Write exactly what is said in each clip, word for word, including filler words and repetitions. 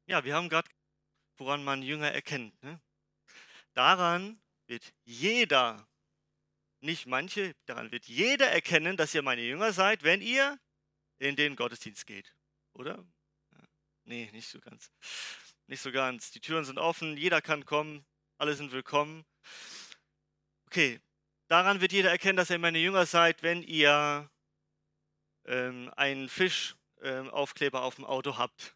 Ja, wir haben gerade, woran man Jünger erkennt. Ne? Daran wird jeder, nicht manche, daran wird jeder erkennen, dass ihr meine Jünger seid, wenn ihr in den Gottesdienst geht. Oder? Ja. Nee, nicht so ganz. Nicht so ganz. Die Türen sind offen, jeder kann kommen, alle sind willkommen. Okay, daran wird jeder erkennen, dass ihr meine Jünger seid, wenn ihr ähm, einen Fischaufkleber ähm, Aufkleber auf dem Auto habt.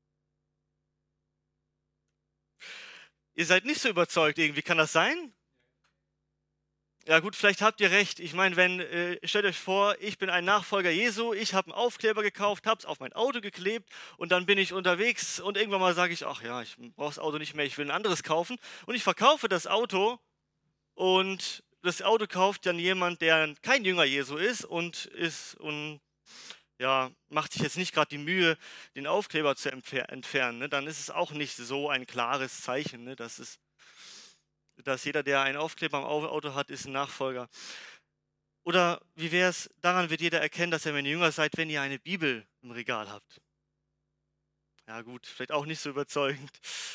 Ihr seid nicht so überzeugt irgendwie, kann das sein? Ja gut, vielleicht habt ihr recht. Ich meine, wenn, äh, stellt euch vor, ich bin ein Nachfolger Jesu, ich habe einen Aufkleber gekauft, habe es auf mein Auto geklebt und dann bin ich unterwegs und irgendwann mal sage ich, ach ja, ich brauche das Auto nicht mehr, ich will ein anderes kaufen und ich verkaufe das Auto und das Auto kauft dann jemand, der kein Jünger Jesu ist und ist und ja, macht sich jetzt nicht gerade die Mühe, den Aufkleber zu entfer entfernen, ne? Dann ist es auch nicht so ein klares Zeichen, ne? dass, es, dass jeder, der einen Aufkleber am Au- Auto hat, ist ein Nachfolger. Oder wie wäre es, daran wird jeder erkennen, dass ihr meine Jünger seid, wenn ihr eine Bibel im Regal habt. Ja gut, vielleicht auch nicht so überzeugend.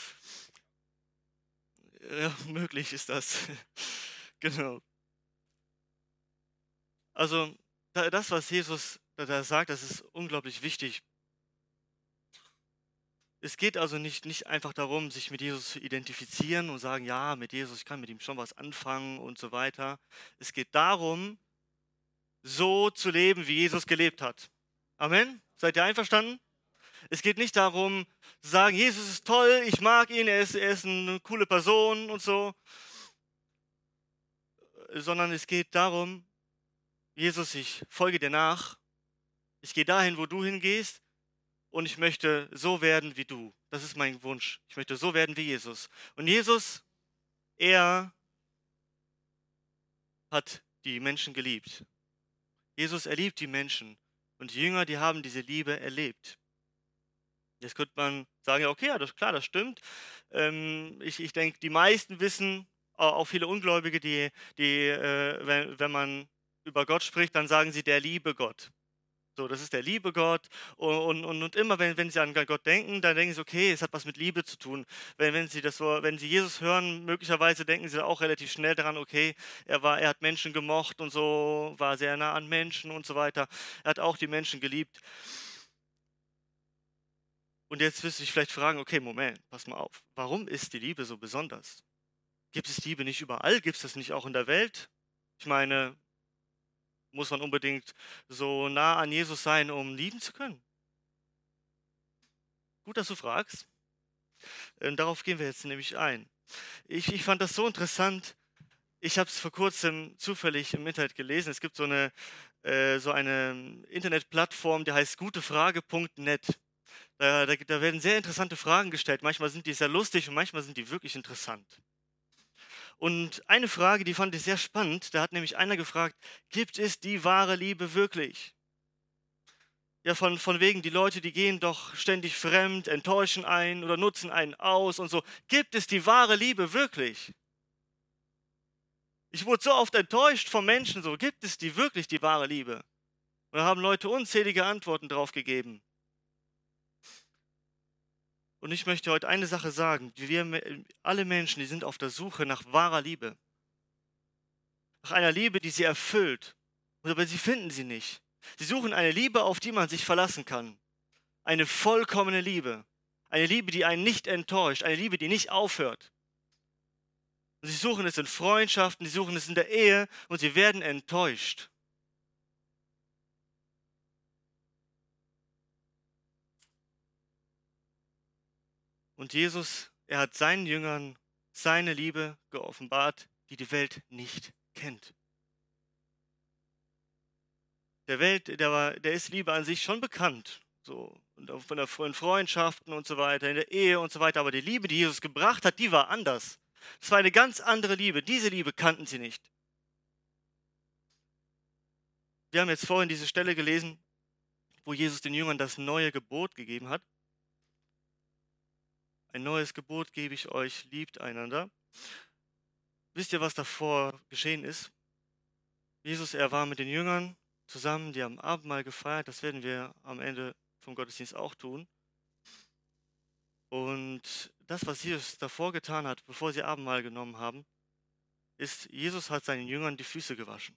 Ja, möglich ist das. Genau. Also da- das, was Jesus da da sagt, das ist unglaublich wichtig. Es geht also nicht, nicht einfach darum, sich mit Jesus zu identifizieren und sagen, ja, mit Jesus, ich kann mit ihm schon was anfangen und so weiter. Es geht darum, so zu leben, wie Jesus gelebt hat. Amen? Seid ihr einverstanden? Es geht nicht darum, zu sagen, Jesus ist toll, ich mag ihn, er ist, er ist eine coole Person und so, sondern es geht darum, Jesus, ich folge dir nach, ich gehe dahin, wo du hingehst und ich möchte so werden wie du. Das ist mein Wunsch. Ich möchte so werden wie Jesus. Und Jesus, er hat die Menschen geliebt. Jesus, er liebt die Menschen. Und die Jünger, die haben diese Liebe erlebt. Jetzt könnte man sagen, ja, okay, ja, das, klar, das stimmt. Ähm, ich ich denke, die meisten wissen, au- auch viele Ungläubige, die, die äh, wenn, wenn man über Gott spricht, dann sagen sie der liebe Gott. So, das ist der liebe Gott. Und, und, und immer, wenn, wenn sie an Gott denken, dann denken sie, okay, es hat was mit Liebe zu tun. Wenn, wenn sie das so, wenn sie Jesus hören, möglicherweise denken sie auch relativ schnell daran, okay, er war, er hat Menschen gemocht und so, war sehr nah an Menschen und so weiter. Er hat auch die Menschen geliebt. Und jetzt wirst du dich vielleicht fragen, okay, Moment, pass mal auf. Warum ist die Liebe so besonders? Gibt es Liebe nicht überall? Gibt es das nicht auch in der Welt? Ich meine, muss man unbedingt so nah an Jesus sein, um lieben zu können? Gut, dass du fragst. Ähm, darauf gehen wir jetzt nämlich ein. Ich, ich fand das so interessant. Ich habe es vor kurzem zufällig im Internet gelesen. Es gibt so eine, äh, so eine Internetplattform, die heißt gutefrage punkt net. Da, da, da werden sehr interessante Fragen gestellt. Manchmal sind die sehr lustig und manchmal sind die wirklich interessant. Und eine Frage, die fand ich sehr spannend. Da hat nämlich einer gefragt, gibt es die wahre Liebe wirklich? Ja, von, von wegen, die Leute, die gehen doch ständig fremd, enttäuschen einen oder nutzen einen aus und so. Gibt es die wahre Liebe wirklich? Ich wurde so oft enttäuscht von Menschen, so gibt es die wirklich, die wahre Liebe? Und da haben Leute unzählige Antworten drauf gegeben. Und ich möchte heute eine Sache sagen. Wir alle Menschen, die sind auf der Suche nach wahrer Liebe. Nach einer Liebe, die sie erfüllt. Aber sie finden sie nicht. Sie suchen eine Liebe, auf die man sich verlassen kann. Eine vollkommene Liebe. Eine Liebe, die einen nicht enttäuscht. Eine Liebe, die nicht aufhört. Und sie suchen es in Freundschaften, sie suchen es in der Ehe und sie werden enttäuscht. Und Jesus, er hat seinen Jüngern seine Liebe geoffenbart, die die Welt nicht kennt. Der Welt, der, war, der ist Liebe an sich schon bekannt. So, und auch von der von Freundschaften und so weiter, in der Ehe und so weiter. Aber die Liebe, die Jesus gebracht hat, die war anders. Das war eine ganz andere Liebe. Diese Liebe kannten sie nicht. Wir haben jetzt vorhin diese Stelle gelesen, wo Jesus den Jüngern das neue Gebot gegeben hat. Ein neues Gebot gebe ich euch, liebt einander. Wisst ihr, was davor geschehen ist? Jesus, er war mit den Jüngern zusammen, die haben Abendmahl gefeiert. Das werden wir am Ende vom Gottesdienst auch tun. Und Und das, was Jesus davor getan hat, bevor sie Abendmahl genommen haben, ist, Jesus hat seinen Jüngern die Füße gewaschen.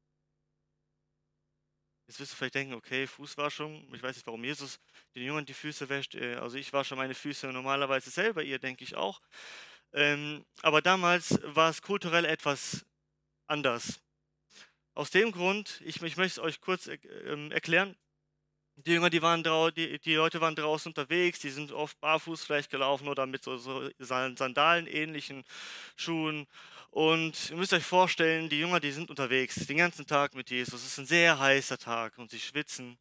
Jetzt wirst du vielleicht denken, okay, Fußwaschung, ich weiß nicht, warum Jesus den Jüngern die Füße wäscht. Äh, Also ich wasche meine Füße normalerweise selber, ihr denke ich auch. Ähm, aber damals war es kulturell etwas anders. Aus dem Grund, ich, ich möchte es euch kurz äh, ähm, erklären. Die Jünger, die waren drau die, die Leute waren draußen unterwegs, die sind oft barfuß vielleicht gelaufen oder mit so, so San- Sandalen-ähnlichen Schuhen. Und ihr müsst euch vorstellen, die Jünger, die sind unterwegs den ganzen Tag mit Jesus. Es ist ein sehr heißer Tag und sie schwitzen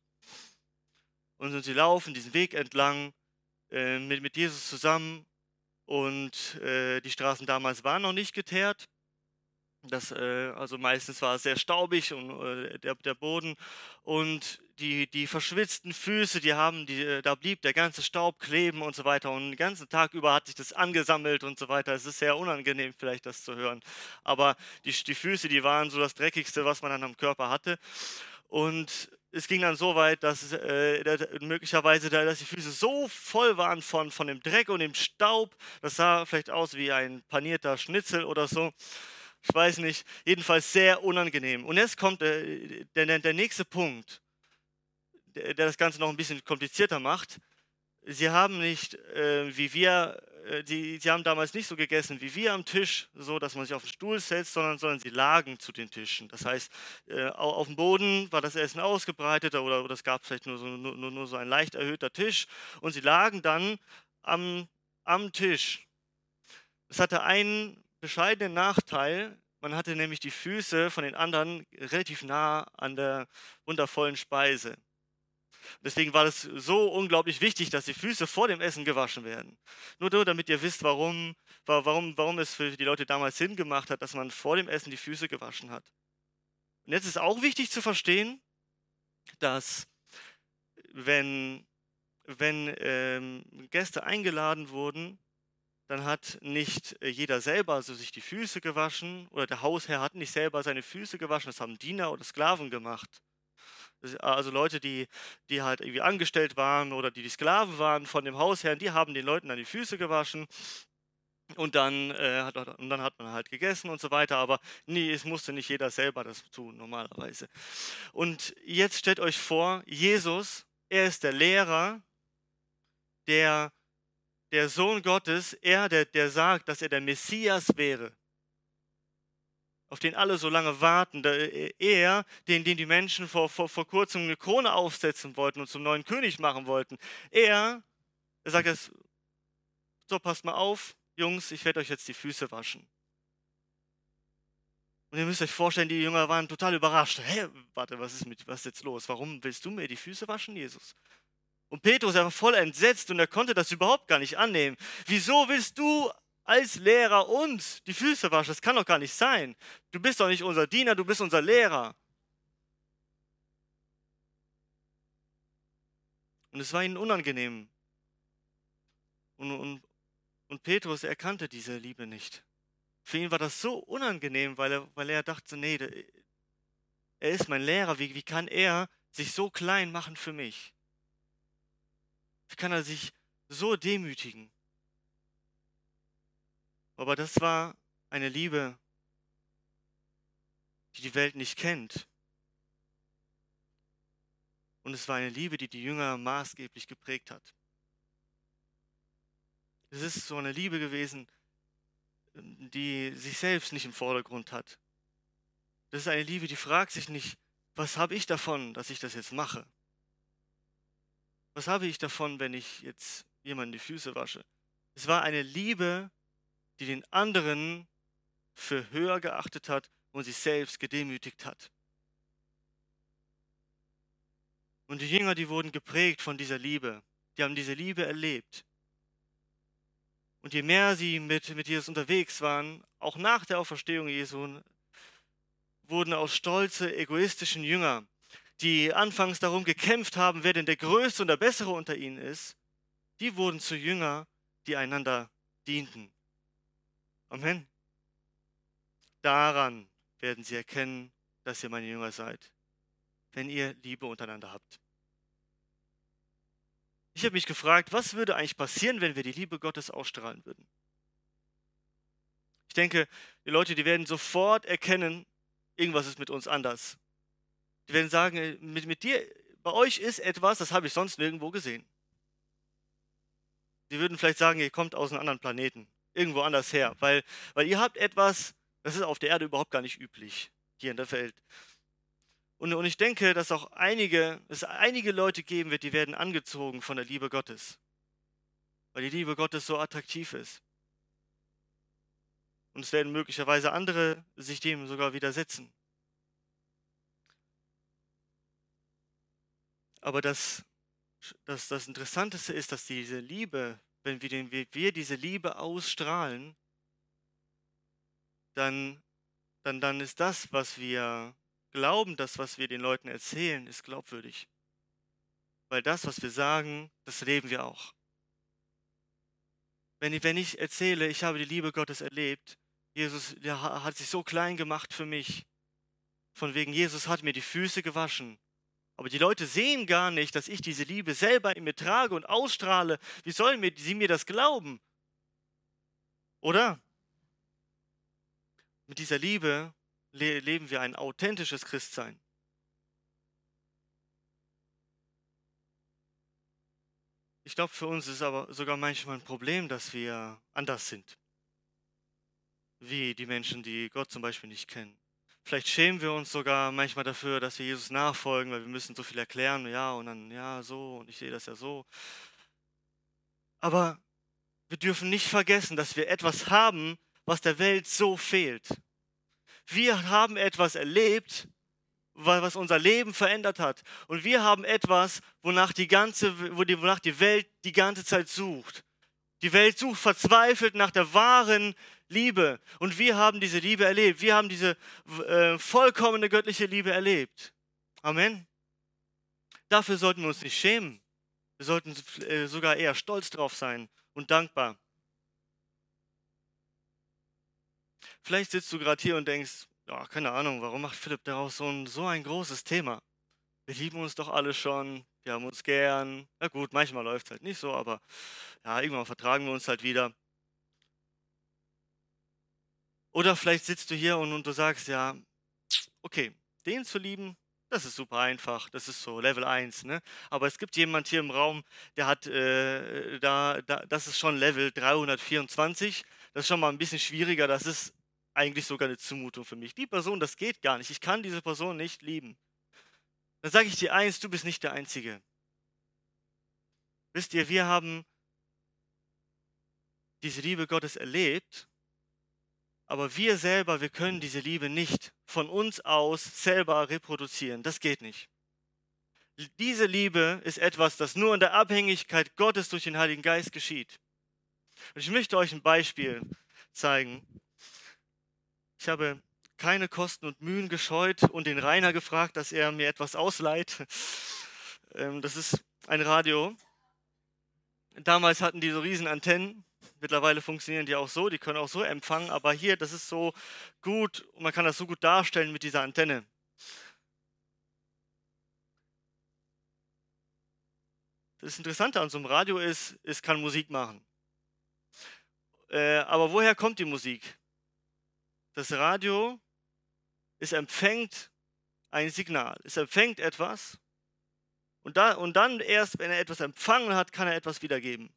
und sie laufen diesen Weg entlang äh, mit, mit Jesus zusammen. Und äh, die Straßen damals waren noch nicht geteert. Das, äh, also meistens war es sehr staubig und äh, der, der Boden und die, die verschwitzten Füße, die haben, die, äh, da blieb der ganze Staub kleben und so weiter und den ganzen Tag über hat sich das angesammelt und so weiter. Es ist sehr unangenehm vielleicht das zu hören, aber die, die Füße, die waren so das Dreckigste, was man dann am Körper hatte und es ging dann so weit, dass äh, da- möglicherweise, da, dass die Füße so voll waren von, von dem Dreck und dem Staub, das sah vielleicht aus wie ein panierter Schnitzel oder so. Ich weiß nicht, jedenfalls sehr unangenehm. Und jetzt kommt äh, der, der, der nächste Punkt, der, der das Ganze noch ein bisschen komplizierter macht. Sie haben nicht, äh, wie wir, äh, die, sie haben damals nicht so gegessen wie wir am Tisch, so dass man sich auf den Stuhl setzt, sondern, sondern sie lagen zu den Tischen. Das heißt, äh, au- auf dem Boden war das Essen ausgebreitet oder, oder es gab vielleicht nur so, nur, nur nur so ein leicht erhöhter Tisch und sie lagen dann am, am Tisch. Es hatte einen bescheidenen Nachteil. Man hatte nämlich die Füße von den anderen relativ nah an der wundervollen Speise. Deswegen war es so unglaublich wichtig, dass die Füße vor dem Essen gewaschen werden. Nur so, damit ihr wisst, warum, wa- warum, warum es für die Leute damals Sinn gemacht hat, dass man vor dem Essen die Füße gewaschen hat. Und jetzt ist auch wichtig zu verstehen, dass wenn, wenn ähm, Gäste eingeladen wurden, dann hat nicht äh, jeder selber so sich die Füße gewaschen oder der Hausherr hat nicht selber seine Füße gewaschen, das haben Diener oder Sklaven gemacht. Das, also Leute, die, die halt irgendwie angestellt waren oder die die Sklaven waren von dem Hausherrn, die haben den Leuten dann die Füße gewaschen und dann, äh, hat, und dann hat man halt gegessen und so weiter, aber nee, es musste nicht jeder selber das tun, normalerweise. Und jetzt stellt euch vor, Jesus, er ist der Lehrer, der der Sohn Gottes, er, der, der sagt, dass er der Messias wäre, auf den alle so lange warten, der, er, den, den die Menschen vor, vor, vor kurzem eine Krone aufsetzen wollten und zum neuen König machen wollten, er, er sagt jetzt, so passt mal auf, Jungs, ich werde euch jetzt die Füße waschen. Und ihr müsst euch vorstellen, die Jünger waren total überrascht. Hä, warte, was ist, mit, was ist jetzt los? Warum willst du mir die Füße waschen, Jesus? Und Petrus, er war voll entsetzt und er konnte das überhaupt gar nicht annehmen. Wieso willst du als Lehrer uns die Füße waschen? Das kann doch gar nicht sein. Du bist doch nicht unser Diener, du bist unser Lehrer. Und es war ihnen unangenehm. Und, und, und Petrus erkannte diese Liebe nicht. Für ihn war das so unangenehm, weil er, weil er dachte, nee, der- er ist mein Lehrer. Wie, wie kann er sich so klein machen für mich? Wie kann er sich so demütigen? Aber das war eine Liebe, die die Welt nicht kennt. Und es war eine Liebe, die die Jünger maßgeblich geprägt hat. Es ist so eine Liebe gewesen, die sich selbst nicht im Vordergrund hat. Das ist eine Liebe, die fragt sich nicht, was habe ich davon, dass ich das jetzt mache? Was habe ich davon, wenn ich jetzt jemandem die Füße wasche? Es war eine Liebe, die den anderen für höher geachtet hat und sich selbst gedemütigt hat. Und die Jünger, die wurden geprägt von dieser Liebe. Die haben diese Liebe erlebt. Und je mehr sie mit, mit Jesus unterwegs waren, auch nach der Auferstehung Jesu, wurden aus stolze, egoistischen Jünger, die anfangs darum gekämpft haben, wer denn der Größte und der Bessere unter ihnen ist, die wurden zu Jünger, die einander dienten. Amen. Daran werden sie erkennen, dass ihr meine Jünger seid, wenn ihr Liebe untereinander habt. Ich habe mich gefragt, was würde eigentlich passieren, wenn wir die Liebe Gottes ausstrahlen würden? Ich denke, die Leute, die werden sofort erkennen, irgendwas ist mit uns anders. Die werden sagen, äh, mit, mit dir, bei euch ist etwas, das habe ich sonst nirgendwo gesehen. Die würden vielleicht sagen, ihr kommt aus einem anderen Planeten, irgendwo anders her, weil, weil ihr habt etwas, das ist auf der Erde überhaupt gar nicht üblich, hier in der Welt. Und, und ich denke, dass auch einige, es einige Leute geben wird, die werden angezogen von der Liebe Gottes, weil die Liebe Gottes so attraktiv ist. Und es werden möglicherweise andere sich dem sogar widersetzen. Aber das, das, das Interessanteste ist, dass diese Liebe, wenn wir, den, wir diese Liebe ausstrahlen, dann, dann, dann ist das, was wir glauben, das, was wir den Leuten erzählen, ist glaubwürdig. Weil das, was wir sagen, das leben wir auch. Wenn ich, wenn ich erzähle, ich habe die Liebe Gottes erlebt, Jesus der hat sich so klein gemacht für mich, von wegen Jesus hat mir die Füße gewaschen. Aber die Leute sehen gar nicht, dass ich diese Liebe selber in mir trage und ausstrahle. Wie sollen mir, sie mir das glauben? Oder? Mit dieser Liebe le leben wir ein authentisches Christsein. Ich glaube, für uns ist es aber sogar manchmal ein Problem, dass wir anders sind. Wie die Menschen, die Gott zum Beispiel nicht kennen. Vielleicht schämen wir uns sogar manchmal dafür, dass wir Jesus nachfolgen, weil wir müssen so viel erklären, ja, und dann, ja, so, und ich sehe das ja so. Aber wir dürfen nicht vergessen, dass wir etwas haben, was der Welt so fehlt. Wir haben etwas erlebt, was unser Leben verändert hat. Und wir haben etwas, wonach die ganze, wonach die Welt die ganze Zeit sucht. Die Welt sucht verzweifelt nach der wahren Liebe. Und wir haben diese Liebe erlebt. Wir haben diese äh, vollkommene göttliche Liebe erlebt. Amen. Dafür sollten wir uns nicht schämen. Wir sollten äh, sogar eher stolz drauf sein und dankbar. Vielleicht sitzt du gerade hier und denkst, ja, keine Ahnung, warum macht Philipp daraus so ein, so ein großes Thema? Wir lieben uns doch alle schon, wir haben uns gern. Na gut, manchmal läuft es halt nicht so, aber ja, irgendwann vertragen wir uns halt wieder. Oder vielleicht sitzt du hier und, und du sagst, ja, okay, den zu lieben, das ist super einfach, das ist so Level eins, ne? Aber es gibt jemand hier im Raum, der hat, äh, da, da, das ist schon Level dreihundertvierundzwanzig, das ist schon mal ein bisschen schwieriger, das ist eigentlich sogar eine Zumutung für mich. Die Person, das geht gar nicht, ich kann diese Person nicht lieben. Dann sage ich dir eins, du bist nicht der Einzige. Wisst ihr, wir haben diese Liebe Gottes erlebt, aber wir selber, wir können diese Liebe nicht von uns aus selber reproduzieren. Das geht nicht. Diese Liebe ist etwas, das nur in der Abhängigkeit Gottes durch den Heiligen Geist geschieht. Und ich möchte euch ein Beispiel zeigen. Ich habe keine Kosten und Mühen gescheut und den Rainer gefragt, dass er mir etwas ausleiht. Das ist ein Radio. Damals hatten die so riesen Antennen. Mittlerweile funktionieren die auch so, die können auch so empfangen, aber hier, das ist so gut und man kann das so gut darstellen mit dieser Antenne. Das Interessante an so einem Radio ist, es kann Musik machen. Äh, aber woher kommt die Musik? Das Radio, es empfängt ein Signal, es empfängt etwas und, da, und dann erst, wenn er etwas empfangen hat, kann er etwas wiedergeben.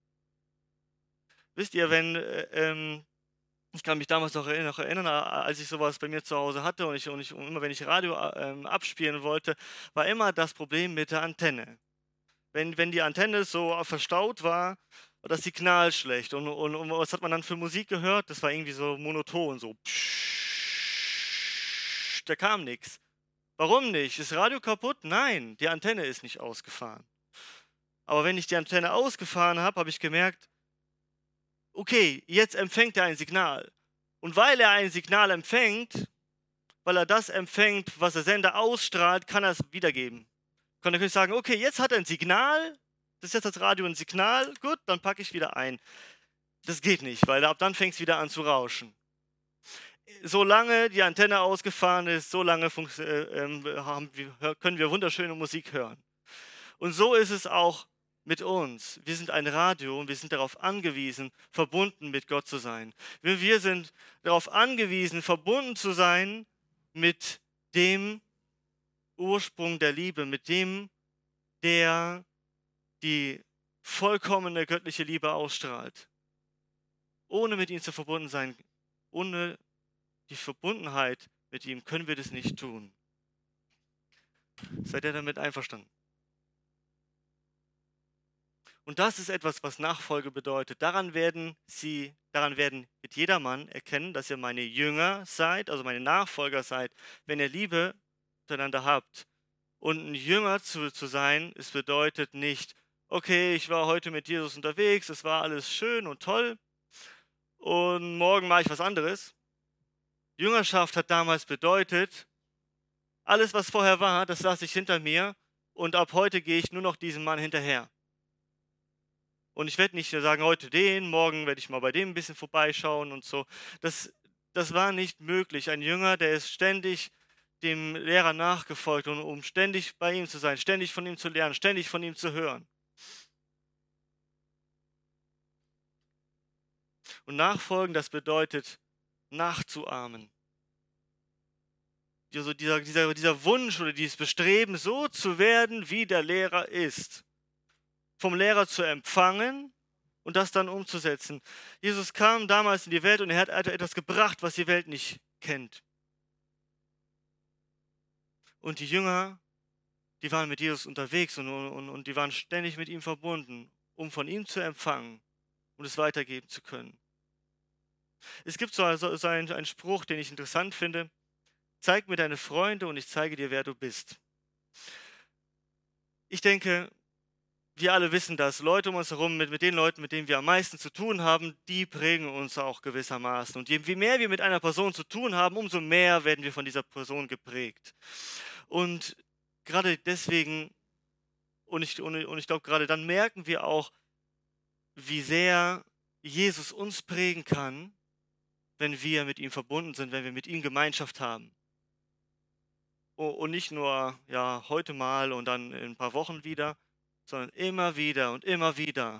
Wisst ihr, wenn, äh, ähm, ich kann mich damals noch erinnern, noch erinnern, als ich sowas bei mir zu Hause hatte und, ich, und, ich, und immer wenn ich Radio ähm, abspielen wollte, war immer das Problem mit der Antenne. Wenn, wenn die Antenne so verstaut war, war das Signal schlecht. Und, und, und was hat man dann für Musik gehört? Das war irgendwie so monoton, so pssst, da kam nichts. Warum nicht? Ist Radio kaputt? Nein, die Antenne ist nicht ausgefahren. Aber wenn ich die Antenne ausgefahren habe, habe ich gemerkt, okay, jetzt empfängt er ein Signal. Und weil er ein Signal empfängt, weil er das empfängt, was der Sender ausstrahlt, kann er es wiedergeben. Kann er sagen, okay, jetzt hat er ein Signal, das ist jetzt das Radio ein Signal, gut, dann packe ich wieder ein. Das geht nicht, weil ab dann fängt es wieder an zu rauschen. Solange die Antenne ausgefahren ist, solange äh, haben wir, können wir wunderschöne Musik hören. Und so ist es auch mit uns. Wir sind ein Radio und wir sind darauf angewiesen, verbunden mit Gott zu sein. Wir wir sind darauf angewiesen, verbunden zu sein mit dem Ursprung der Liebe, mit dem, der die vollkommene göttliche Liebe ausstrahlt. Ohne mit ihm zu verbunden sein, ohne die Verbundenheit mit ihm können wir das nicht tun. Seid ihr damit einverstanden? Und das ist etwas, was Nachfolge bedeutet. Daran werden sie, daran werden wird jedermann erkennen, dass ihr meine Jünger seid, also meine Nachfolger seid, wenn ihr Liebe miteinander habt. Und ein Jünger zu, zu sein, es bedeutet nicht, okay, ich war heute mit Jesus unterwegs, es war alles schön und toll und morgen mache ich was anderes. Jüngerschaft hat damals bedeutet, alles, was vorher war, das lasse ich hinter mir und ab heute gehe ich nur noch diesem Mann hinterher. Und ich werde nicht sagen, heute den, morgen werde ich mal bei dem ein bisschen vorbeischauen und so. Das, das war nicht möglich. Ein Jünger, der ist ständig dem Lehrer nachgefolgt, und um ständig bei ihm zu sein, ständig von ihm zu lernen, ständig von ihm zu hören. Und nachfolgen, das bedeutet nachzuahmen. Also dieser, dieser, dieser Wunsch oder dieses Bestreben, so zu werden, wie der Lehrer ist. Vom Lehrer zu empfangen und das dann umzusetzen. Jesus kam damals in die Welt und er hat etwas gebracht, was die Welt nicht kennt. Und die Jünger, die waren mit Jesus unterwegs und, und, und die waren ständig mit ihm verbunden, um von ihm zu empfangen und es weitergeben zu können. Es gibt so, so, so einen, einen Spruch, den ich interessant finde. Zeig mir deine Freunde und ich zeige dir, wer du bist. Ich denke, wir alle wissen das. Leute um uns herum, mit, mit den Leuten, mit denen wir am meisten zu tun haben, die prägen uns auch gewissermaßen. Und je mehr wir mit einer Person zu tun haben, umso mehr werden wir von dieser Person geprägt. Und gerade deswegen, und ich, und, und ich glaube, gerade dann merken wir auch, wie sehr Jesus uns prägen kann, wenn wir mit ihm verbunden sind, wenn wir mit ihm Gemeinschaft haben. Und nicht nur ja, heute mal und dann in ein paar Wochen wieder, sondern immer wieder und immer wieder.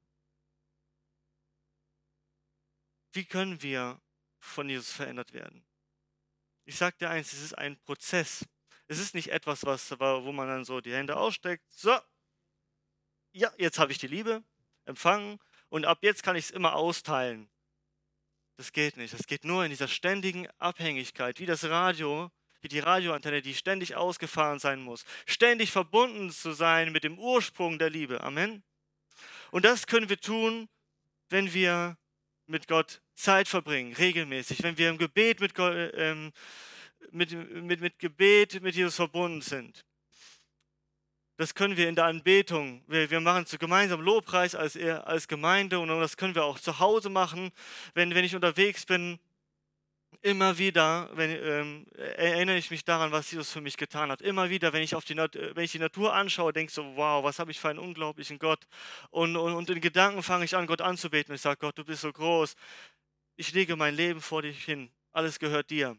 Wie können wir von Jesus verändert werden? Ich sage dir eins, es ist ein Prozess. Es ist nicht etwas, was, wo man dann so die Hände ausstreckt. So, ja, jetzt habe ich die Liebe empfangen und ab jetzt kann ich es immer austeilen. Das geht nicht. Das geht nur in dieser ständigen Abhängigkeit, wie das Radio, wie die Radioantenne, die ständig ausgefahren sein muss. Ständig verbunden zu sein mit dem Ursprung der Liebe. Amen. Und das können wir tun, wenn wir mit Gott Zeit verbringen, regelmäßig. Wenn wir im Gebet mit, Gott, ähm, mit, mit, mit Gebet mit Jesus verbunden sind. Das können wir in der Anbetung. Wir, wir machen zu gemeinsam Lobpreis als, als Gemeinde und das können wir auch zu Hause machen, wenn, wenn ich unterwegs bin. Immer wieder wenn, ähm, erinnere ich mich daran, was Jesus für mich getan hat. Immer wieder, wenn ich, auf die, wenn ich die Natur anschaue, denke ich so, wow, was habe ich für einen unglaublichen Gott. Und, und, und in Gedanken fange ich an, Gott anzubeten. Und ich sage, Gott, du bist so groß. Ich lege mein Leben vor dich hin. Alles gehört dir.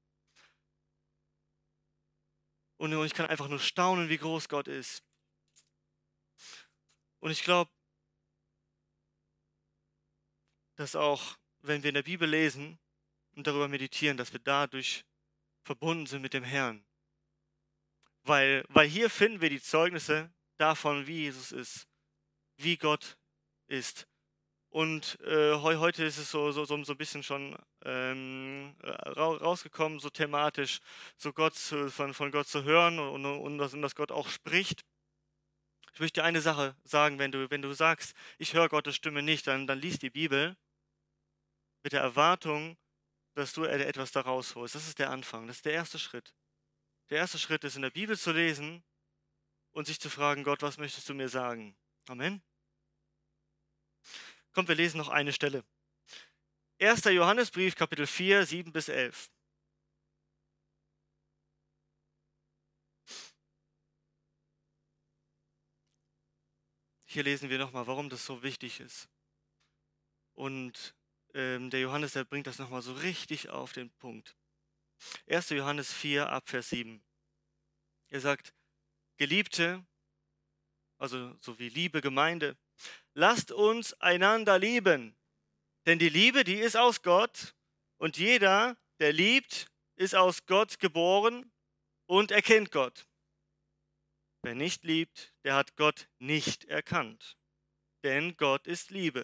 Und ich kann einfach nur staunen, wie groß Gott ist. Und ich glaube, dass auch, wenn wir in der Bibel lesen und darüber meditieren, dass wir dadurch verbunden sind mit dem Herrn. Weil, weil hier finden wir die Zeugnisse davon, wie Jesus ist, wie Gott ist. Und äh, heute ist es so, so, so ein bisschen schon ähm, rausgekommen, so thematisch, so Gott zu, von, von Gott zu hören und, und, dass, und dass Gott auch spricht. Ich möchte dir eine Sache sagen, wenn du, wenn du sagst, ich höre Gottes Stimme nicht, dann, dann lies die Bibel mit der Erwartung, dass du etwas da rausholst. Das ist der Anfang, das ist der erste Schritt. Der erste Schritt ist, in der Bibel zu lesen und sich zu fragen, Gott, was möchtest du mir sagen? Amen. Kommt, wir lesen noch eine Stelle. erster Johannesbrief, Kapitel vier, sieben bis elf. Hier lesen wir nochmal, warum das so wichtig ist. Und ähm, der Johannes, der bringt das nochmal so richtig auf den Punkt. erster Johannes vier, ab Vers sieben. Er sagt, Geliebte, also so wie Liebe, Gemeinde. Lasst uns einander lieben, denn die Liebe, die ist aus Gott und jeder, der liebt, ist aus Gott geboren und erkennt Gott. Wer nicht liebt, der hat Gott nicht erkannt, denn Gott ist Liebe.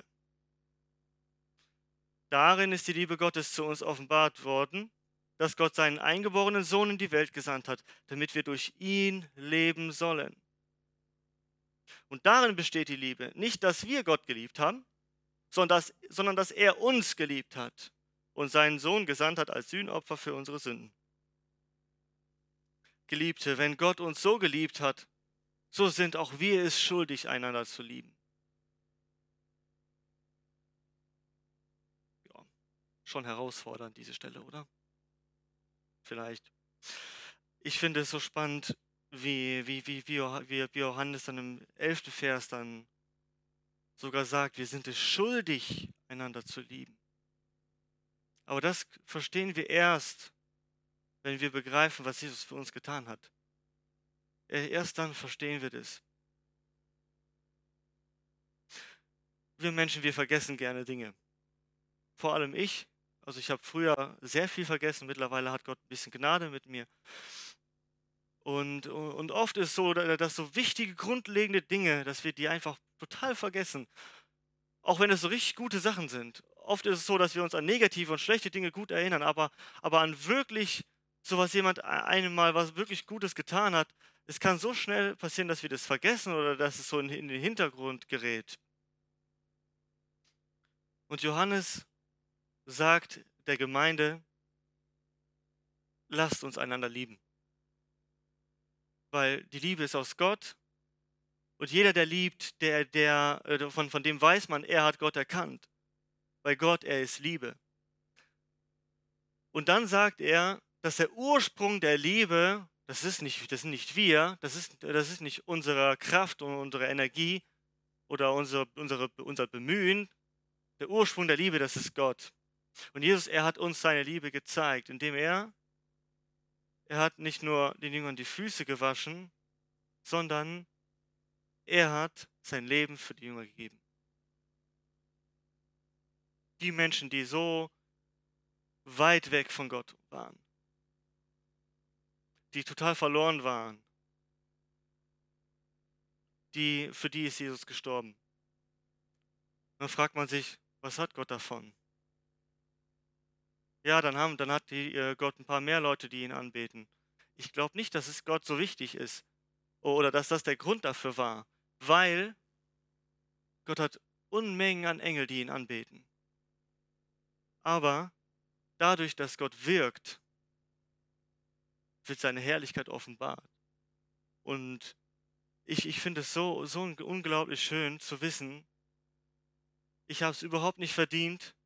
Darin ist die Liebe Gottes zu uns offenbart worden, dass Gott seinen eingeborenen Sohn in die Welt gesandt hat, damit wir durch ihn leben sollen. Und darin besteht die Liebe, nicht, dass wir Gott geliebt haben, sondern dass, sondern dass er uns geliebt hat und seinen Sohn gesandt hat als Sühnopfer für unsere Sünden. Geliebte, wenn Gott uns so geliebt hat, so sind auch wir es schuldig, einander zu lieben. Ja, schon herausfordernd, diese Stelle, oder? Vielleicht. Ich finde es so spannend, wie, wie, wie, wie wie Johannes dann im elften Vers dann sogar sagt, wir sind es schuldig, einander zu lieben. Aber das verstehen wir erst, wenn wir begreifen, was Jesus für uns getan hat. Erst dann verstehen wir das. Wir Menschen, wir vergessen gerne Dinge. Vor allem ich. Also ich habe früher sehr viel vergessen, mittlerweile hat Gott ein bisschen Gnade mit mir. Und, und oft ist es so, dass so wichtige, grundlegende Dinge, dass wir die einfach total vergessen. Auch wenn es so richtig gute Sachen sind. Oft ist es so, dass wir uns an negative und schlechte Dinge gut erinnern, aber, aber an wirklich so was jemand einem mal was wirklich Gutes getan hat, es kann so schnell passieren, dass wir das vergessen oder dass es so in, in den Hintergrund gerät. Und Johannes sagt der Gemeinde, lasst uns einander lieben. Weil die Liebe ist aus Gott und jeder, der liebt, der, der, äh, von, von dem weiß man, er hat Gott erkannt. Weil Gott, er ist Liebe. Und dann sagt er, dass der Ursprung der Liebe, das ist nicht, das sind nicht wir, das ist, das ist nicht unsere Kraft und unsere Energie oder unsere, unsere, unser Bemühen. Der Ursprung der Liebe, das ist Gott. Und Jesus, er hat uns seine Liebe gezeigt, indem er, er hat nicht nur den Jüngern die Füße gewaschen, sondern er hat sein Leben für die Jünger gegeben. Die Menschen, die so weit weg von Gott waren, die total verloren waren, die, für die ist Jesus gestorben. Dann fragt man sich, was hat Gott davon? Ja, dann, haben, dann hat die, äh, Gott ein paar mehr Leute, die ihn anbeten. Ich glaube nicht, dass es Gott so wichtig ist oder dass das der Grund dafür war, weil Gott hat Unmengen an Engel, die ihn anbeten. Aber dadurch, dass Gott wirkt, wird seine Herrlichkeit offenbart. Und ich, ich finde es so, so unglaublich schön zu wissen, ich habe es überhaupt nicht verdient.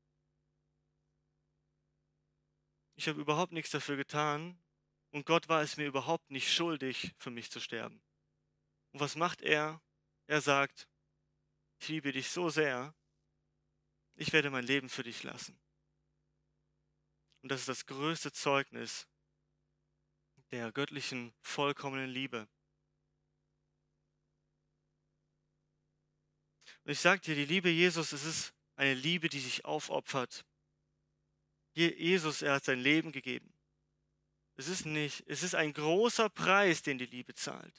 Ich habe überhaupt nichts dafür getan. Und Gott war es mir überhaupt nicht schuldig, für mich zu sterben. Und was macht er? Er sagt, ich liebe dich so sehr, ich werde mein Leben für dich lassen. Und das ist das größte Zeugnis der göttlichen, vollkommenen Liebe. Und ich sage dir, die Liebe Jesus, es ist eine Liebe, die sich aufopfert. Jesus, er hat sein Leben gegeben. Es ist nicht, es ist ein großer Preis, den die Liebe zahlt.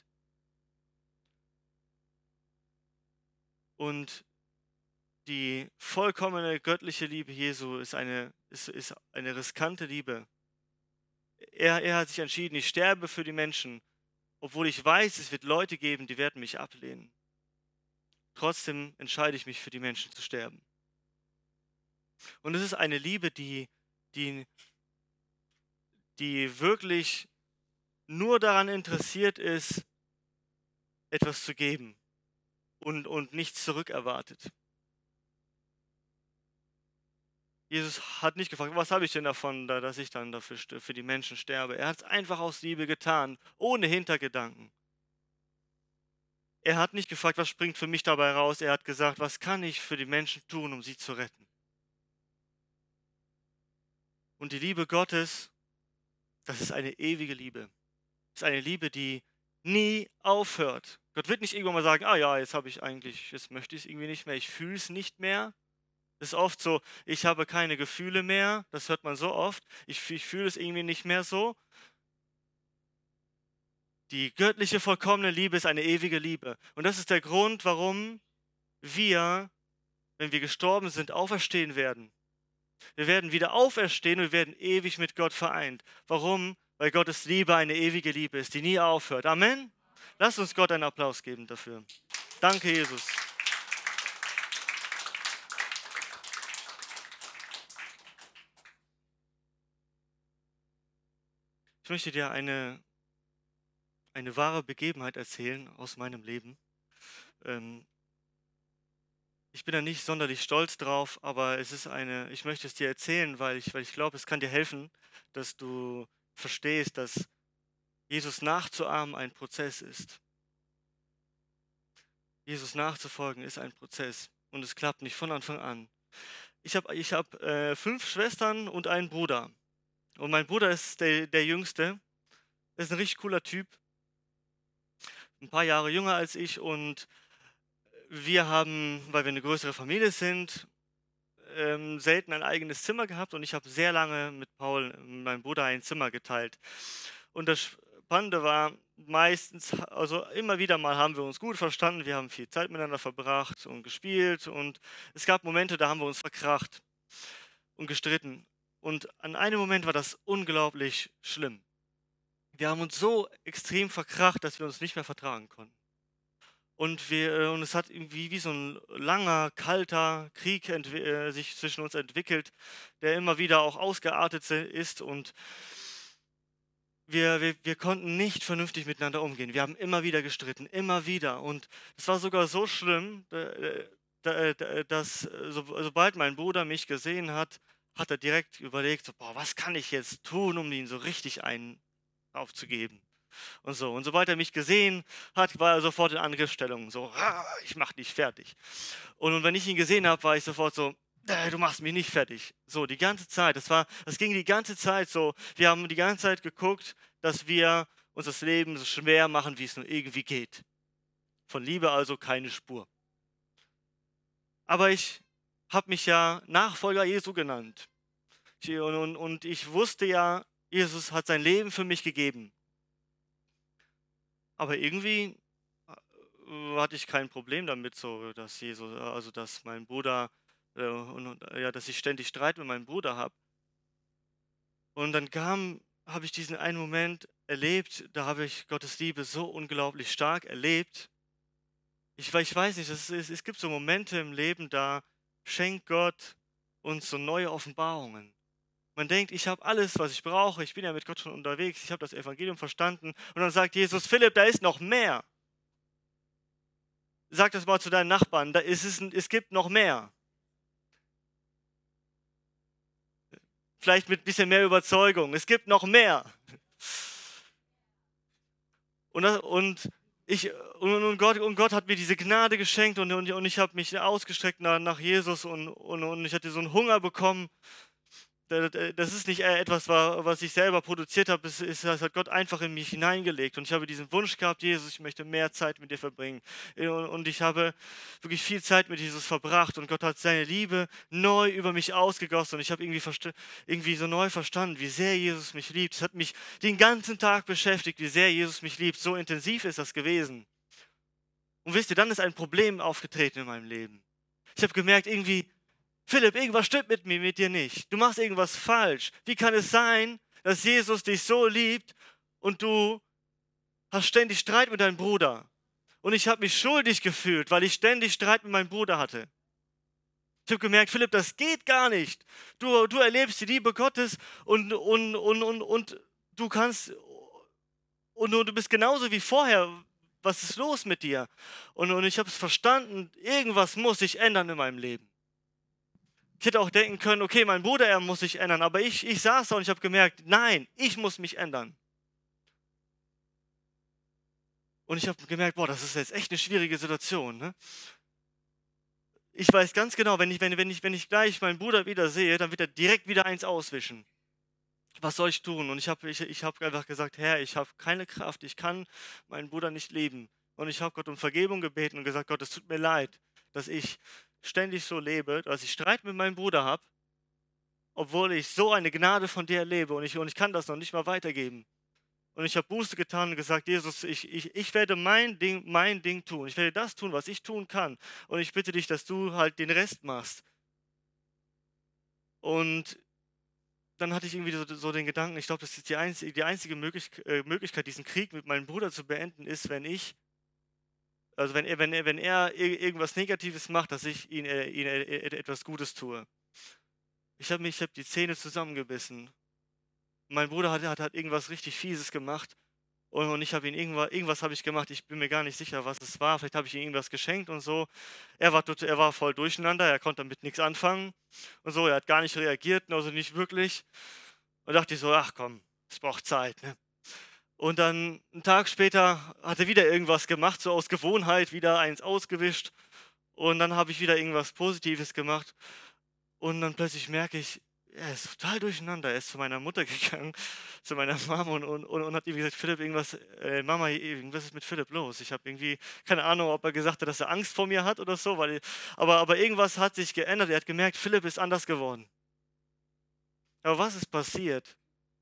Und die vollkommene göttliche Liebe Jesu ist eine, ist, ist eine riskante Liebe. Er, er hat sich entschieden, ich sterbe für die Menschen, obwohl ich weiß, es wird Leute geben, die werden mich ablehnen. Trotzdem entscheide ich mich für die Menschen zu sterben. Und es ist eine Liebe, die, die, die wirklich nur daran interessiert ist, etwas zu geben und, und nichts zurückerwartet. Jesus hat nicht gefragt, was habe ich denn davon, dass ich dann dafür für die Menschen sterbe. Er hat es einfach aus Liebe getan, ohne Hintergedanken. Er hat nicht gefragt, was springt für mich dabei raus. Er hat gesagt, was kann ich für die Menschen tun, um sie zu retten. Und die Liebe Gottes, das ist eine ewige Liebe. Das ist eine Liebe, die nie aufhört. Gott wird nicht irgendwann mal sagen, ah ja, jetzt habe ich eigentlich, jetzt möchte ich es irgendwie nicht mehr, ich fühle es nicht mehr. Das ist oft so, ich habe keine Gefühle mehr, das hört man so oft, ich, ich fühle es irgendwie nicht mehr so. Die göttliche vollkommene Liebe ist eine ewige Liebe. Und das ist der Grund, warum wir, wenn wir gestorben sind, auferstehen werden. Wir werden wieder auferstehen und wir werden ewig mit Gott vereint. Warum? Weil Gottes Liebe eine ewige Liebe ist, die nie aufhört. Amen? Lasst uns Gott einen Applaus geben dafür. Danke, Jesus. Ich möchte dir eine, eine wahre Begebenheit erzählen aus meinem Leben. Ähm, ich bin da nicht sonderlich stolz drauf, aber es ist eine, ich möchte es dir erzählen, weil ich, weil ich glaube, es kann dir helfen, dass du verstehst, dass Jesus nachzuahmen ein Prozess ist. Jesus nachzufolgen ist ein Prozess und es klappt nicht von Anfang an. Ich habe ich hab, äh, fünf Schwestern und einen Bruder. Und mein Bruder ist der, der Jüngste. Er ist ein richtig cooler Typ, ein paar Jahre jünger als ich. Und wir haben, weil wir eine größere Familie sind, ähm, selten ein eigenes Zimmer gehabt. Und ich habe sehr lange mit Paul, meinem Bruder, ein Zimmer geteilt. Und das Spannende war, meistens, also immer wieder mal haben wir uns gut verstanden. Wir haben viel Zeit miteinander verbracht und gespielt. Und es gab Momente, da haben wir uns verkracht und gestritten. Und an einem Moment war das unglaublich schlimm. Wir haben uns so extrem verkracht, dass wir uns nicht mehr vertragen konnten. Und, wir, und es hat irgendwie wie so ein langer, kalter Krieg äh, sich zwischen uns entwickelt, der immer wieder auch ausgeartet ist. Und wir, wir, wir konnten nicht vernünftig miteinander umgehen. Wir haben immer wieder gestritten, immer wieder. Und es war sogar so schlimm, dass so, sobald mein Bruder mich gesehen hat, hat er direkt überlegt, so, boah, was kann ich jetzt tun, um ihn so richtig einen aufzugeben. Und so. Und sobald er mich gesehen hat, war er sofort in Angriffsstellung. So, ah, ich mach dich fertig. Und, und wenn ich ihn gesehen habe, war ich sofort so, äh, du machst mich nicht fertig. So, die ganze Zeit. Das war, das ging die ganze Zeit so. Wir haben die ganze Zeit geguckt, dass wir uns das Leben so schwer machen, wie es nur irgendwie geht. Von Liebe also keine Spur. Aber ich habe mich ja Nachfolger Jesu genannt. Und, und, und ich wusste ja, Jesus hat sein Leben für mich gegeben. Aber irgendwie hatte ich kein Problem damit, so dass Jesus, also dass mein Bruder äh, und, und ja, dass ich ständig Streit mit meinem Bruder habe. Und dann kam, habe ich diesen einen Moment erlebt, da habe ich Gottes Liebe so unglaublich stark erlebt. Ich, ich weiß nicht, es, es, es gibt so Momente im Leben, da schenkt Gott uns so neue Offenbarungen. Man denkt, ich habe alles, was ich brauche, ich bin ja mit Gott schon unterwegs, ich habe das Evangelium verstanden. Und dann sagt Jesus, Philipp, da ist noch mehr. Sag das mal zu deinen Nachbarn, da ist es, es gibt noch mehr. Vielleicht mit ein bisschen mehr Überzeugung, es gibt noch mehr. Und, das, und, ich, und, und, Gott, und Gott hat mir diese Gnade geschenkt und, und, und ich habe mich ausgestreckt nach, nach Jesus und, und, und ich hatte so einen Hunger bekommen. Das ist nicht etwas, was ich selber produziert habe, das hat Gott einfach in mich hineingelegt. Und ich habe diesen Wunsch gehabt, Jesus, ich möchte mehr Zeit mit dir verbringen. Und ich habe wirklich viel Zeit mit Jesus verbracht und Gott hat seine Liebe neu über mich ausgegossen. Und ich habe irgendwie, irgendwie so neu verstanden, wie sehr Jesus mich liebt. Es hat mich den ganzen Tag beschäftigt, wie sehr Jesus mich liebt. So intensiv ist das gewesen. Und wisst ihr, dann ist ein Problem aufgetreten in meinem Leben. Ich habe gemerkt, irgendwie, Philipp, irgendwas stimmt mit mir, mit dir nicht. Du machst irgendwas falsch. Wie kann es sein, dass Jesus dich so liebt und du hast ständig Streit mit deinem Bruder? Und ich habe mich schuldig gefühlt, weil ich ständig Streit mit meinem Bruder hatte. Ich habe gemerkt, Philipp, das geht gar nicht. Du, du erlebst die Liebe Gottes und, und, und, und, und du kannst und, und du bist genauso wie vorher. Was ist los mit dir? Und, und ich habe es verstanden, irgendwas muss sich ändern in meinem Leben. Ich hätte auch denken können, okay, mein Bruder, er muss sich ändern, aber ich, ich saß da und ich habe gemerkt, nein, ich muss mich ändern. Und ich habe gemerkt, boah, das ist jetzt echt eine schwierige Situation. Ne? Ich weiß ganz genau, wenn ich, wenn, wenn, ich, wenn ich gleich meinen Bruder wieder sehe, dann wird er direkt wieder eins auswischen. Was soll ich tun? Und ich habe ich, ich hab einfach gesagt, Herr, ich habe keine Kraft, ich kann meinen Bruder nicht lieben. Und ich habe Gott um Vergebung gebeten und gesagt, Gott, es tut mir leid, dass ich ständig so lebe, dass ich Streit mit meinem Bruder habe, obwohl ich so eine Gnade von dir erlebe und ich, und ich kann das noch nicht mal weitergeben. Und ich habe Buße getan und gesagt, Jesus, ich, ich, ich werde mein Ding, mein Ding tun. Ich werde das tun, was ich tun kann. Und ich bitte dich, dass du halt den Rest machst. Und dann hatte ich irgendwie so, so den Gedanken, ich glaube, das ist die einzige, die einzige Möglich äh, Möglichkeit, diesen Krieg mit meinem Bruder zu beenden, ist, wenn ich, also wenn er, wenn er, wenn er ir- irgendwas Negatives macht, dass ich ihn, äh, ihn äh, äh, etwas Gutes tue. Ich habe mich, ich habe die Zähne zusammengebissen. Mein Bruder hat, hat, hat irgendwas richtig Fieses gemacht. Und, und ich habe ihn irgendwas, irgendwas habe ich gemacht, ich bin mir gar nicht sicher, was es war. Vielleicht habe ich ihm irgendwas geschenkt und so. Er war, tot- er war voll durcheinander, er konnte damit nichts anfangen und so. Er hat gar nicht reagiert, also nicht wirklich. Und dachte ich so, ach komm, es braucht Zeit. Ne? Und dann einen Tag später hat er wieder irgendwas gemacht, so aus Gewohnheit, wieder eins ausgewischt. Und dann habe ich wieder irgendwas Positives gemacht. Und dann plötzlich merke ich, er ist total durcheinander. Er ist zu meiner Mutter gegangen, zu meiner Mama und, und, und, und hat ihm gesagt, Philipp, irgendwas, äh, Mama, irgendwas ist mit Philipp los. Ich habe irgendwie, keine Ahnung, ob er gesagt hat, dass er Angst vor mir hat oder so, weil, aber, aber irgendwas hat sich geändert. Er hat gemerkt, Philipp ist anders geworden. Aber was ist passiert?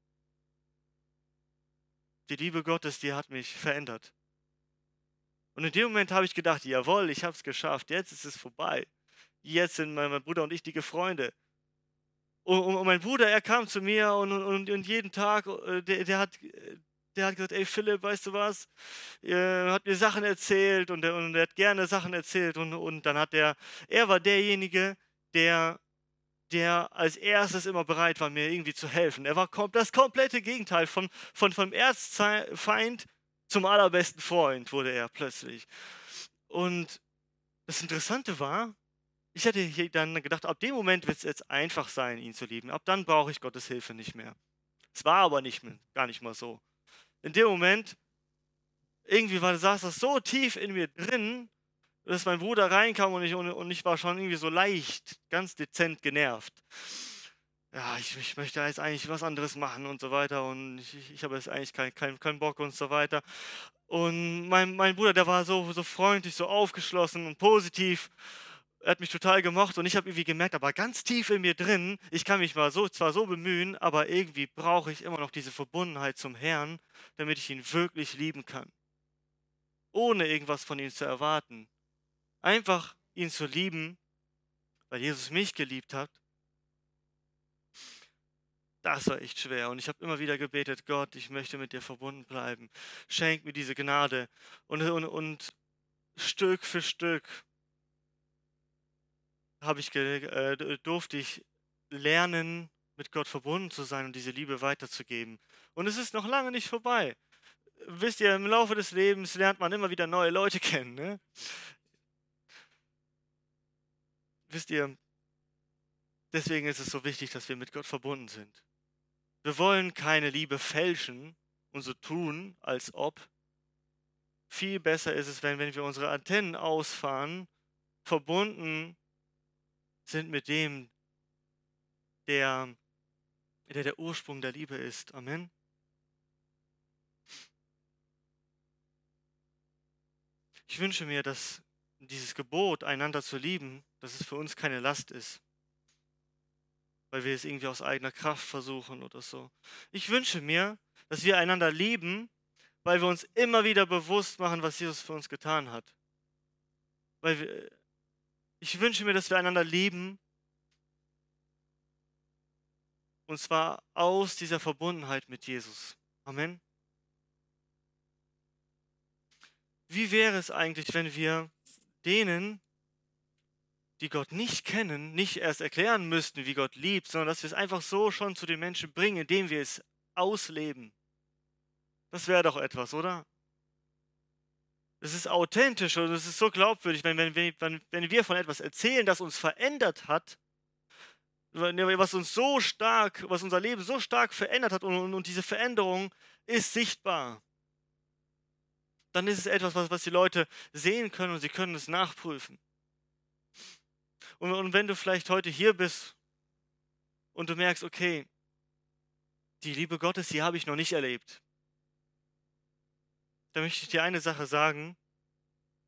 Die Liebe Gottes, die hat mich verändert. Und in dem Moment habe ich gedacht, jawohl, ich habe es geschafft, jetzt ist es vorbei. Jetzt sind mein, mein Bruder und ich dicke Freunde. Und, und, und mein Bruder, er kam zu mir und, und, und jeden Tag, äh, der, der, hat, äh, der hat gesagt, ey Philipp, weißt du was? Er hat mir Sachen erzählt und er, und er hat gerne Sachen erzählt. Und, und dann hat er, er war derjenige, der, der als erstes immer bereit war, mir irgendwie zu helfen. Er war kom das komplette Gegenteil von, von, vom Erzfeind zum allerbesten Freund wurde er plötzlich. Und das Interessante war, ich hätte hier dann gedacht, ab dem Moment wird es jetzt einfach sein, ihn zu lieben. Ab dann brauche ich Gottes Hilfe nicht mehr. Es war aber nicht mehr, gar nicht mal so. In dem Moment, irgendwie war, saß das so tief in mir drin, dass mein Bruder reinkam und ich, und, und ich war schon irgendwie so leicht, ganz dezent genervt. Ja, ich, ich möchte jetzt eigentlich was anderes machen und so weiter und ich, ich, ich habe jetzt eigentlich keinen kein, kein Bock und so weiter. Und mein, mein Bruder, der war so, so freundlich, so aufgeschlossen und positiv. Er hat mich total gemocht und ich habe irgendwie gemerkt, aber ganz tief in mir drin, ich kann mich mal so, zwar so bemühen, aber irgendwie brauche ich immer noch diese Verbundenheit zum Herrn, damit ich ihn wirklich lieben kann. Ohne irgendwas von ihm zu erwarten. Einfach ihn zu lieben, weil Jesus mich geliebt hat. Das war echt schwer und ich habe immer wieder gebetet, Gott, ich möchte mit dir verbunden bleiben. Schenk mir diese Gnade. Und, und, und Stück für Stück habe ich ge- äh, durfte ich lernen, mit Gott verbunden zu sein und diese Liebe weiterzugeben. Und es ist noch lange nicht vorbei. Wisst ihr, im Laufe des Lebens lernt man immer wieder neue Leute kennen. Ne? Wisst ihr, deswegen ist es so wichtig, dass wir mit Gott verbunden sind. Wir wollen keine Liebe fälschen und so tun, als ob. Viel besser ist es, wenn, wenn wir unsere Antennen ausfahren, verbunden sind mit dem, der der der Ursprung der Liebe ist. Amen. Ich wünsche mir, dass dieses Gebot, einander zu lieben, dass es für uns keine Last ist, weil wir es irgendwie aus eigener Kraft versuchen oder so. Ich wünsche mir, dass wir einander lieben, weil wir uns immer wieder bewusst machen, was Jesus für uns getan hat. Weil wir, ich wünsche mir, dass wir einander lieben, und zwar aus dieser Verbundenheit mit Jesus. Amen. Wie wäre es eigentlich, wenn wir denen, die Gott nicht kennen, nicht erst erklären müssten, wie Gott liebt, sondern dass wir es einfach so schon zu den Menschen bringen, indem wir es ausleben? Das wäre doch etwas, oder? Es ist authentisch und es ist so glaubwürdig, wenn, wenn, wenn, wenn wir von etwas erzählen, das uns verändert hat, was uns so stark, was unser Leben so stark verändert hat und, und, und diese Veränderung ist sichtbar. Dann ist es etwas, was, was die Leute sehen können und sie können es nachprüfen. Und, und wenn du vielleicht heute hier bist und du merkst, okay, die Liebe Gottes, die habe ich noch nicht erlebt, dann möchte ich dir eine Sache sagen.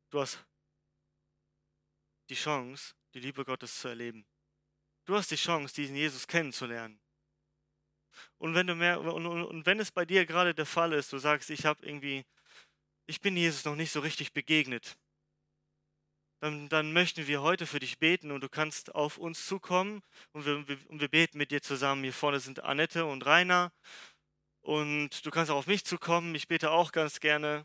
Du hast die Chance, die Liebe Gottes zu erleben. Du hast die Chance, diesen Jesus kennenzulernen. Und wenn du mehr, und, und, und wenn es bei dir gerade der Fall ist, du sagst, ich habe irgendwie, ich bin Jesus noch nicht so richtig begegnet, dann, dann möchten wir heute für dich beten und du kannst auf uns zukommen und wir, wir, und wir beten mit dir zusammen. Hier vorne sind Annette und Rainer und du kannst auch auf mich zukommen. Ich bete auch ganz gerne.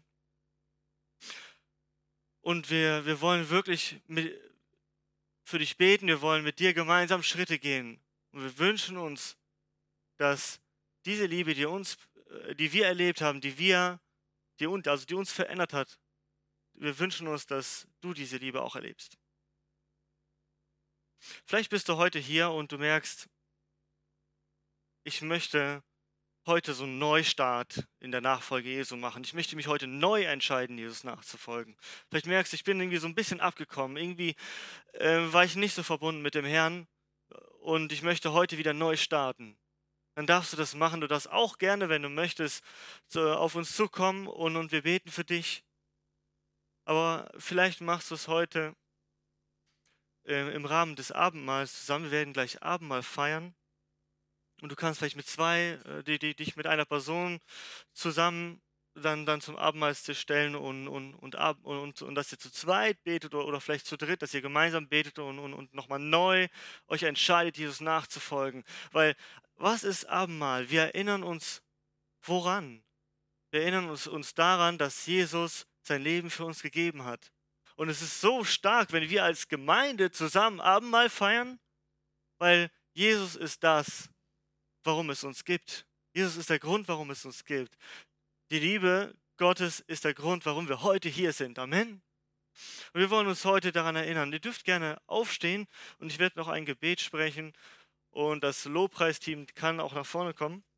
Und wir, wir wollen wirklich mit, für dich beten, wir wollen mit dir gemeinsam Schritte gehen. Und wir wünschen uns, dass diese Liebe, die uns, äh, die wir erlebt haben, die wir, die, uns- also die uns verändert hat, wir wünschen uns, dass du diese Liebe auch erlebst. Vielleicht bist du heute hier und du merkst, ich möchte heute so einen Neustart in der Nachfolge Jesu machen. Ich möchte mich heute neu entscheiden, Jesus nachzufolgen. Vielleicht merkst du, ich bin irgendwie so ein bisschen abgekommen. Irgendwie äh, war ich nicht so verbunden mit dem Herrn und ich möchte heute wieder neu starten. Dann darfst du das machen. Du darfst auch gerne, wenn du möchtest, so auf uns zukommen und, und wir beten für dich. Aber vielleicht machst du es heute äh, im Rahmen des Abendmahls zusammen. Wir werden gleich Abendmahl feiern. Und du kannst vielleicht mit zwei, äh, die, die, dich mit einer Person zusammen dann, dann zum Abendmahlstisch stellen und, und, und, ab, und, und dass ihr zu zweit betet oder, oder vielleicht zu dritt, dass ihr gemeinsam betet und, und, und nochmal neu euch entscheidet, Jesus nachzufolgen. Weil was ist Abendmahl? Wir erinnern uns woran? Wir erinnern uns, uns daran, dass Jesus sein Leben für uns gegeben hat. Und es ist so stark, wenn wir als Gemeinde zusammen Abendmahl feiern, weil Jesus ist das, warum es uns gibt. Jesus ist der Grund, warum es uns gibt. Die Liebe Gottes ist der Grund, warum wir heute hier sind. Amen. Und wir wollen uns heute daran erinnern. Ihr dürft gerne aufstehen und ich werde noch ein Gebet sprechen und das Lobpreisteam kann auch nach vorne kommen.